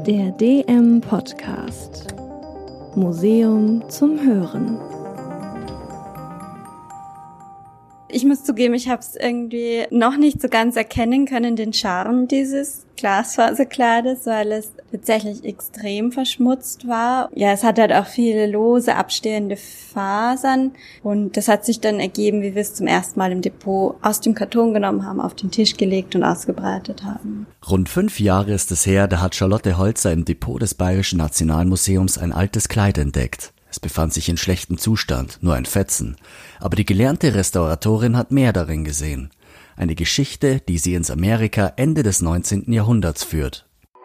Der DM-Podcast Museum zum Hören. Ich muss zugeben, ich habe es irgendwie noch nicht so ganz erkennen können, den Charme dieses Glasfaserkleides, weil es tatsächlich extrem verschmutzt war. Ja, es hat halt auch viele lose, abstehende Fasern und das hat sich dann ergeben, wie wir es zum ersten Mal im Depot aus dem Karton genommen haben, auf den Tisch gelegt und ausgebreitet haben. Rund 5 Jahre ist es her, da hat Charlotte Holzer im Depot des Bayerischen Nationalmuseums ein altes Kleid entdeckt. Es befand sich in schlechtem Zustand, nur ein Fetzen. Aber die gelernte Restauratorin hat mehr darin gesehen. Eine Geschichte, die sie ins Amerika Ende des 19. Jahrhunderts führt.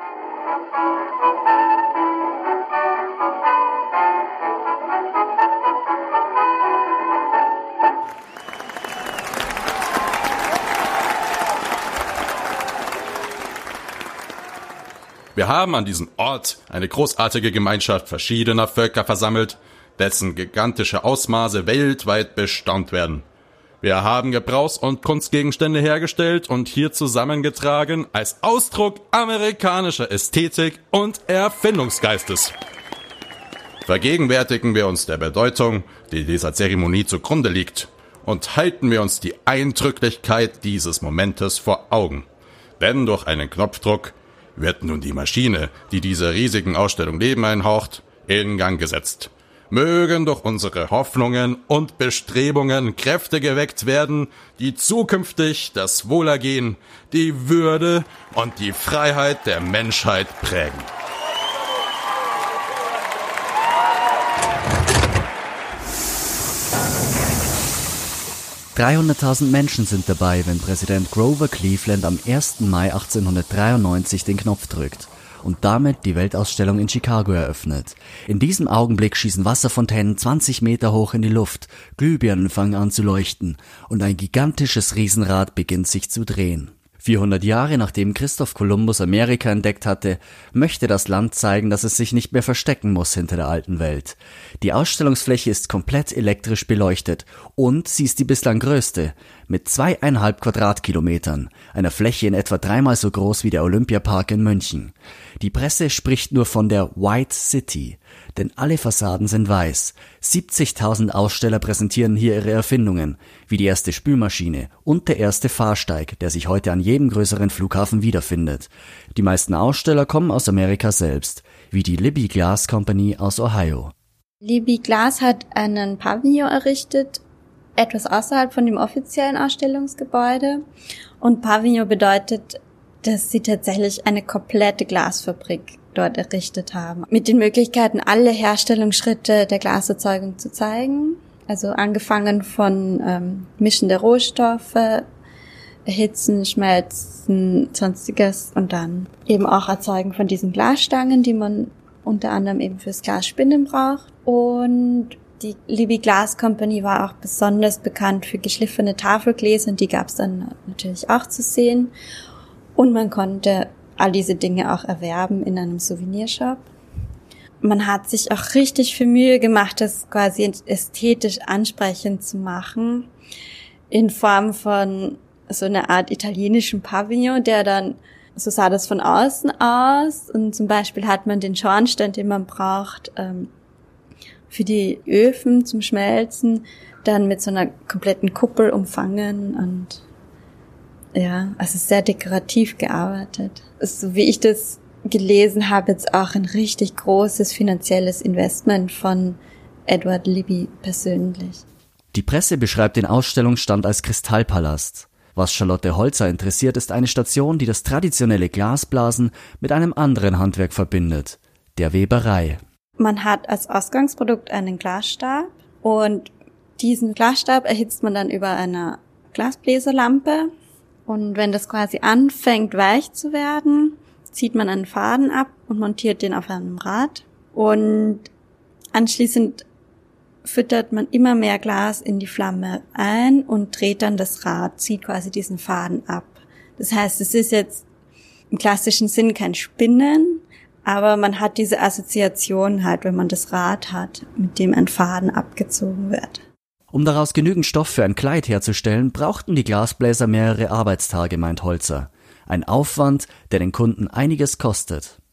Wir haben an diesem Ort eine großartige Gemeinschaft verschiedener Völker versammelt, dessen gigantische Ausmaße weltweit bestaunt werden. Wir haben Gebrauchs- und Kunstgegenstände hergestellt und hier zusammengetragen als Ausdruck amerikanischer Ästhetik und Erfindungsgeistes. Vergegenwärtigen wir uns der Bedeutung, die dieser Zeremonie zugrunde liegt, und halten wir uns die Eindrücklichkeit dieses Momentes vor Augen. Denn durch einen Knopfdruck wird nun die Maschine, die dieser riesigen Ausstellung Leben einhaucht, in Gang gesetzt. Mögen durch unsere Hoffnungen und Bestrebungen Kräfte geweckt werden, die zukünftig das Wohlergehen, die Würde und die Freiheit der Menschheit prägen. $300.000 Menschen sind dabei, wenn Präsident Grover Cleveland am 1. Mai 1893 den Knopf drückt und damit die Weltausstellung in Chicago eröffnet. In diesem Augenblick schießen Wasserfontänen 20 Meter hoch in die Luft, Glühbirnen fangen an zu leuchten und ein gigantisches Riesenrad beginnt sich zu drehen. 400 Jahre nachdem Christoph Kolumbus Amerika entdeckt hatte, möchte das Land zeigen, dass es sich nicht mehr verstecken muss hinter der alten Welt. Die Ausstellungsfläche ist komplett elektrisch beleuchtet und sie ist die bislang größte, mit 2,5 Quadratkilometern, einer Fläche in etwa 3-mal so groß wie der Olympiapark in München. Die Presse spricht nur von der White City, denn alle Fassaden sind weiß. 70.000 Aussteller präsentieren hier ihre Erfindungen, wie die erste Spülmaschine und der erste Fahrsteig, der sich heute an jedem größeren Flughafen wiederfindet. Die meisten Aussteller kommen aus Amerika selbst, wie die Libbey Glass Company aus Ohio. Libbey Glass hat einen Pavillon errichtet, etwas außerhalb von dem offiziellen Ausstellungsgebäude. Und Pavillon bedeutet, dass sie tatsächlich eine komplette Glasfabrik dort errichtet haben. Mit den Möglichkeiten, alle Herstellungsschritte der Glaserzeugung zu zeigen. Also angefangen von Mischen der Rohstoffe, Erhitzen, Schmelzen, sonstiges und dann eben auch Erzeugen von diesen Glasstangen, die man unter anderem eben fürs Glasspinnen braucht. Und die Libbey Glass Company war auch besonders bekannt für geschliffene Tafelgläser und die gab es dann natürlich auch zu sehen. Und man konnte all diese Dinge auch erwerben in einem Souvenirshop. Man hat sich auch richtig viel Mühe gemacht, das quasi ästhetisch ansprechend zu machen, in Form von so einer Art italienischen Pavillon, der dann, so sah das von außen aus, und zum Beispiel hat man den Schornstein, den man braucht, für die Öfen zum Schmelzen, dann mit so einer kompletten Kuppel umfangen und ja, also sehr dekorativ gearbeitet. So wie ich das gelesen habe, jetzt auch ein richtig großes finanzielles Investment von Edward Libbey persönlich. Die Presse beschreibt den Ausstellungsstand als Kristallpalast. Was Charlotte Holzer interessiert, ist eine Station, die das traditionelle Glasblasen mit einem anderen Handwerk verbindet, der Weberei. Man hat als Ausgangsprodukt einen Glasstab und diesen Glasstab erhitzt man dann über einer Glasbläserlampe. Und wenn das quasi anfängt weich zu werden, zieht man einen Faden ab und montiert den auf einem Rad. Und anschließend füttert man immer mehr Glas in die Flamme ein und dreht dann das Rad, zieht quasi diesen Faden ab. Das heißt, es ist jetzt im klassischen Sinn kein Spinnen, aber man hat diese Assoziation halt, wenn man das Rad hat, mit dem ein Faden abgezogen wird. Um daraus genügend Stoff für ein Kleid herzustellen, brauchten die Glasbläser mehrere Arbeitstage, meint Holzer. Ein Aufwand, der den Kunden einiges kostet.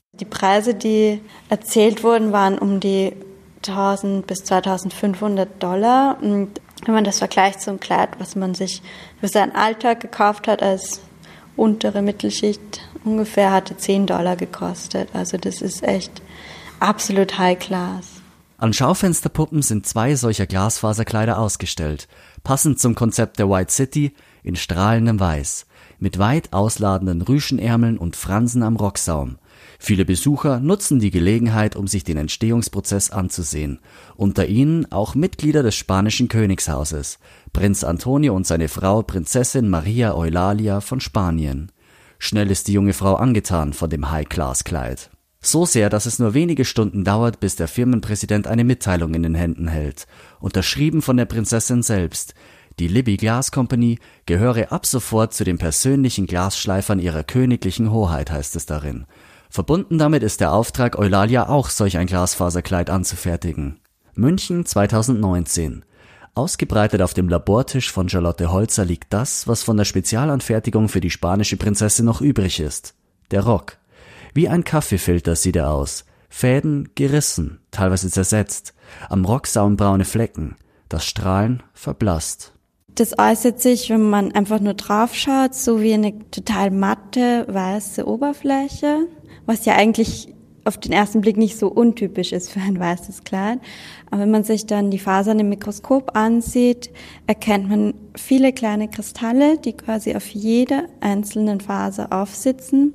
Die Preise, die erzählt wurden, waren um die 1.000 bis 2.500 $. Und wenn man das vergleicht zum Kleid, was man sich für seinen Alltag gekauft hat als untere Mittelschicht, ungefähr hatte $10 gekostet. Also das ist echt absolut High Class. An Schaufensterpuppen sind 2 solcher Glasfaserkleider ausgestellt, passend zum Konzept der White City in strahlendem Weiß, mit weit ausladenden Rüschenärmeln und Fransen am Rocksaum. Viele Besucher nutzen die Gelegenheit, um sich den Entstehungsprozess anzusehen. Unter ihnen auch Mitglieder des spanischen Königshauses, Prinz Antonio und seine Frau Prinzessin Maria Eulalia von Spanien. Schnell ist die junge Frau angetan von dem High-Class-Kleid. So sehr, dass es nur wenige Stunden dauert, bis der Firmenpräsident eine Mitteilung in den Händen hält, unterschrieben von der Prinzessin selbst. Die Libby Glass Company gehöre ab sofort zu den persönlichen Glasschleifern ihrer königlichen Hoheit, heißt es darin. Verbunden damit ist der Auftrag, Eulalia auch solch ein Glasfaserkleid anzufertigen. München 2019. Ausgebreitet auf dem Labortisch von Charlotte Holzer liegt das, was von der Spezialanfertigung für die spanische Prinzessin noch übrig ist. Der Rock. Wie ein Kaffeefilter sieht er aus. Fäden gerissen, teilweise zersetzt. Am Rocksaum braune Flecken. Das Strahlen verblasst. Das äußert sich, wenn man einfach nur drauf schaut, so wie eine total matte, weiße Oberfläche, was ja eigentlich auf den ersten Blick nicht so untypisch ist für ein weißes Kleid. Aber wenn man sich dann die Fasern im Mikroskop ansieht, erkennt man viele kleine Kristalle, die quasi auf jeder einzelnen Faser aufsitzen.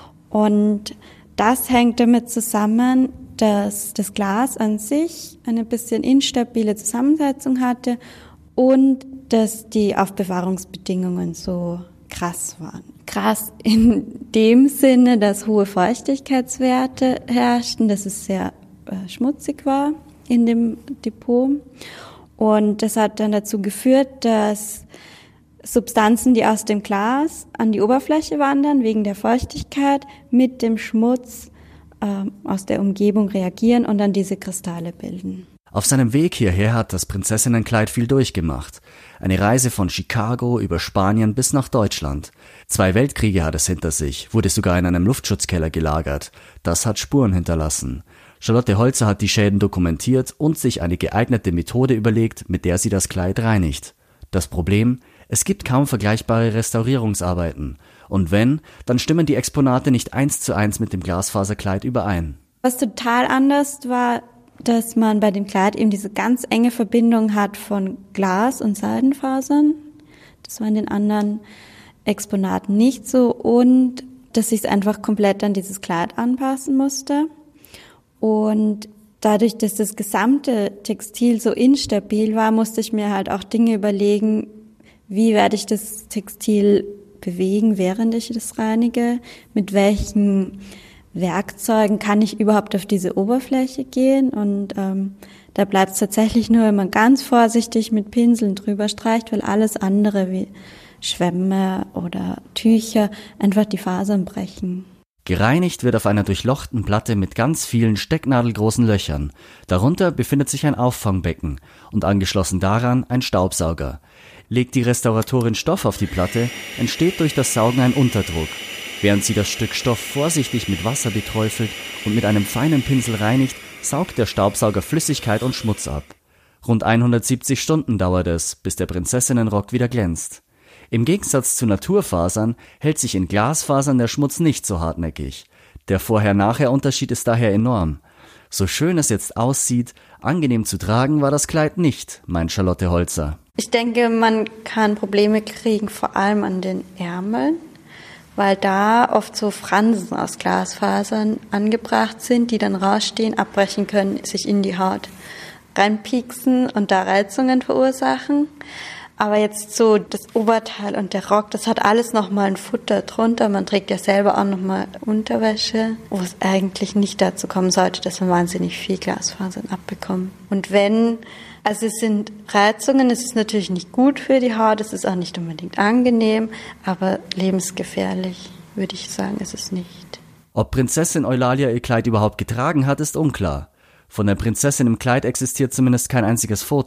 Und das hängt damit zusammen, dass das Glas an sich eine bisschen instabile Zusammensetzung hatte und dass die Aufbewahrungsbedingungen so krass waren. Krass in dem Sinne, dass hohe Feuchtigkeitswerte herrschten, dass es sehr schmutzig war in dem Depot. Und das hat dann dazu geführt, dass Substanzen, die aus dem Glas an die Oberfläche wandern, wegen der Feuchtigkeit, mit dem Schmutz aus der Umgebung reagieren und dann diese Kristalle bilden. Auf seinem Weg hierher hat das Prinzessinnenkleid viel durchgemacht. Eine Reise von Chicago über Spanien bis nach Deutschland. 2 Weltkriege hat es hinter sich, wurde sogar in einem Luftschutzkeller gelagert. Das hat Spuren hinterlassen. Charlotte Holzer hat die Schäden dokumentiert und sich eine geeignete Methode überlegt, mit der sie das Kleid reinigt. Das Problem: Es gibt kaum vergleichbare Restaurierungsarbeiten. Und wenn, dann stimmen die Exponate nicht 1:1 mit dem Glasfaserkleid überein. Was total anders war, dass man bei dem Kleid eben diese ganz enge Verbindung hat von Glas und Seidenfasern. Das war in den anderen Exponaten nicht so. Und dass ich es einfach komplett an dieses Kleid anpassen musste. Und dadurch, dass das gesamte Textil so instabil war, musste ich mir halt auch Dinge überlegen, wie werde ich das Textil bewegen, während ich das reinige, mit welchen Werkzeugen kann ich überhaupt auf diese Oberfläche gehen. Und da bleibt es tatsächlich nur, wenn man ganz vorsichtig mit Pinseln drüber streicht, weil alles andere wie Schwämme oder Tücher einfach die Fasern brechen. Gereinigt wird auf einer durchlochten Platte mit ganz vielen stecknadelgroßen Löchern. Darunter befindet sich ein Auffangbecken und angeschlossen daran ein Staubsauger. Legt die Restauratorin Stoff auf die Platte, entsteht durch das Saugen ein Unterdruck. Während sie das Stück Stoff vorsichtig mit Wasser beträufelt und mit einem feinen Pinsel reinigt, saugt der Staubsauger Flüssigkeit und Schmutz ab. Rund 170 Stunden dauert es, bis der Prinzessinnenrock wieder glänzt. Im Gegensatz zu Naturfasern hält sich in Glasfasern der Schmutz nicht so hartnäckig. Der Vorher-Nachher-Unterschied ist daher enorm. So schön es jetzt aussieht, angenehm zu tragen war das Kleid nicht, meint Charlotte Holzer. Ich denke, man kann Probleme kriegen, vor allem an den Ärmeln, weil da oft so Fransen aus Glasfasern angebracht sind, die dann rausstehen, abbrechen können, sich in die Haut reinpieksen und da Reizungen verursachen. Aber jetzt so das Oberteil und der Rock, das hat alles nochmal ein Futter drunter. Man trägt ja selber auch nochmal Unterwäsche, wo es eigentlich nicht dazu kommen sollte, dass man wahnsinnig viel Glasfasern abbekommt. Und wenn, also es sind Reizungen, es ist natürlich nicht gut für die Haut, es ist auch nicht unbedingt angenehm, aber lebensgefährlich, würde ich sagen, ist es nicht. Ob Prinzessin Eulalia ihr Kleid überhaupt getragen hat, ist unklar. Von der Prinzessin im Kleid existiert zumindest kein einziges Foto.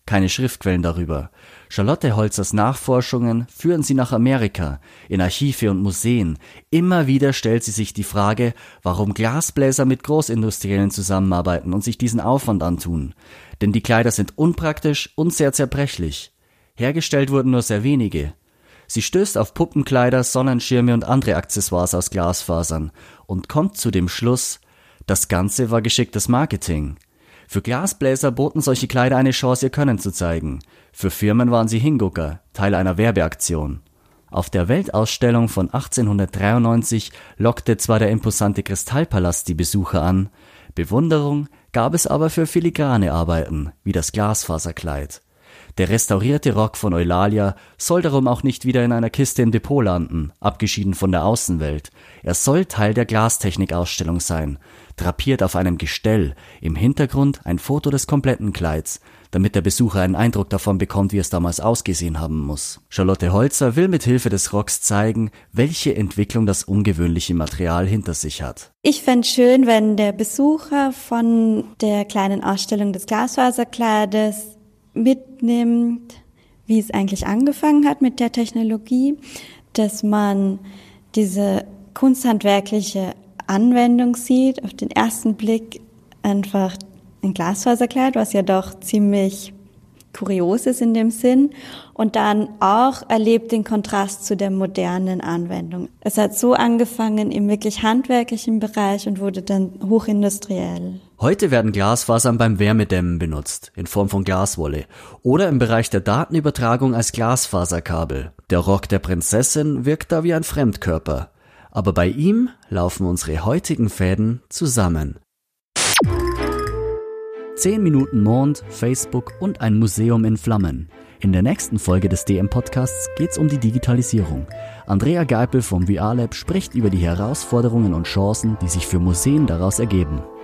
keine Schriftquellen darüber. Charlotte Holzers Nachforschungen führen sie nach Amerika, in Archive und Museen. Immer wieder stellt sie sich die Frage, warum Glasbläser mit Großindustriellen zusammenarbeiten und sich diesen Aufwand antun. Denn die Kleider sind unpraktisch und sehr zerbrechlich. Hergestellt wurden nur sehr wenige. Sie stößt auf Puppenkleider, Sonnenschirme und andere Accessoires aus Glasfasern und kommt zu dem Schluss, das Ganze war geschicktes Marketing. Für Glasbläser boten solche Kleider eine Chance, ihr Können zu zeigen. Für Firmen waren sie Hingucker, Teil einer Werbeaktion. Auf der Weltausstellung von 1893 lockte zwar der imposante Kristallpalast die Besucher an, Bewunderung gab es aber für filigrane Arbeiten, wie das Glasfaserkleid. Der restaurierte Rock von Eulalia soll darum auch nicht wieder in einer Kiste im Depot landen, abgeschieden von der Außenwelt. Er soll Teil der Glastechnik-Ausstellung sein, drapiert auf einem Gestell, im Hintergrund ein Foto des kompletten Kleids, damit der Besucher einen Eindruck davon bekommt, wie es damals ausgesehen haben muss. Charlotte Holzer will mit Hilfe des Rocks zeigen, welche Entwicklung das ungewöhnliche Material hinter sich hat. Ich fände schön, wenn der Besucher von der kleinen Ausstellung des Glasfaserkleides mitnimmt, wie es eigentlich angefangen hat mit der Technologie, dass man diese kunsthandwerkliche Anwendung sieht, auf den ersten Blick einfach ein Glasfaserkleid, was ja doch ziemlich kurios ist in dem Sinn, und dann auch erlebt den Kontrast zu der modernen Anwendung. Es hat so angefangen im wirklich handwerklichen Bereich und wurde dann hochindustriell. Heute werden Glasfasern beim Wärmedämmen benutzt, in Form von Glaswolle, oder im Bereich der Datenübertragung als Glasfaserkabel. Der Rock der Prinzessin wirkt da wie ein Fremdkörper. Aber bei ihm laufen unsere heutigen Fäden zusammen. 10 Minuten Mond, Facebook und ein Museum in Flammen. In der nächsten Folge des DM-Podcasts geht's um die Digitalisierung. Andrea Geipel vom VR Lab spricht über die Herausforderungen und Chancen, die sich für Museen daraus ergeben.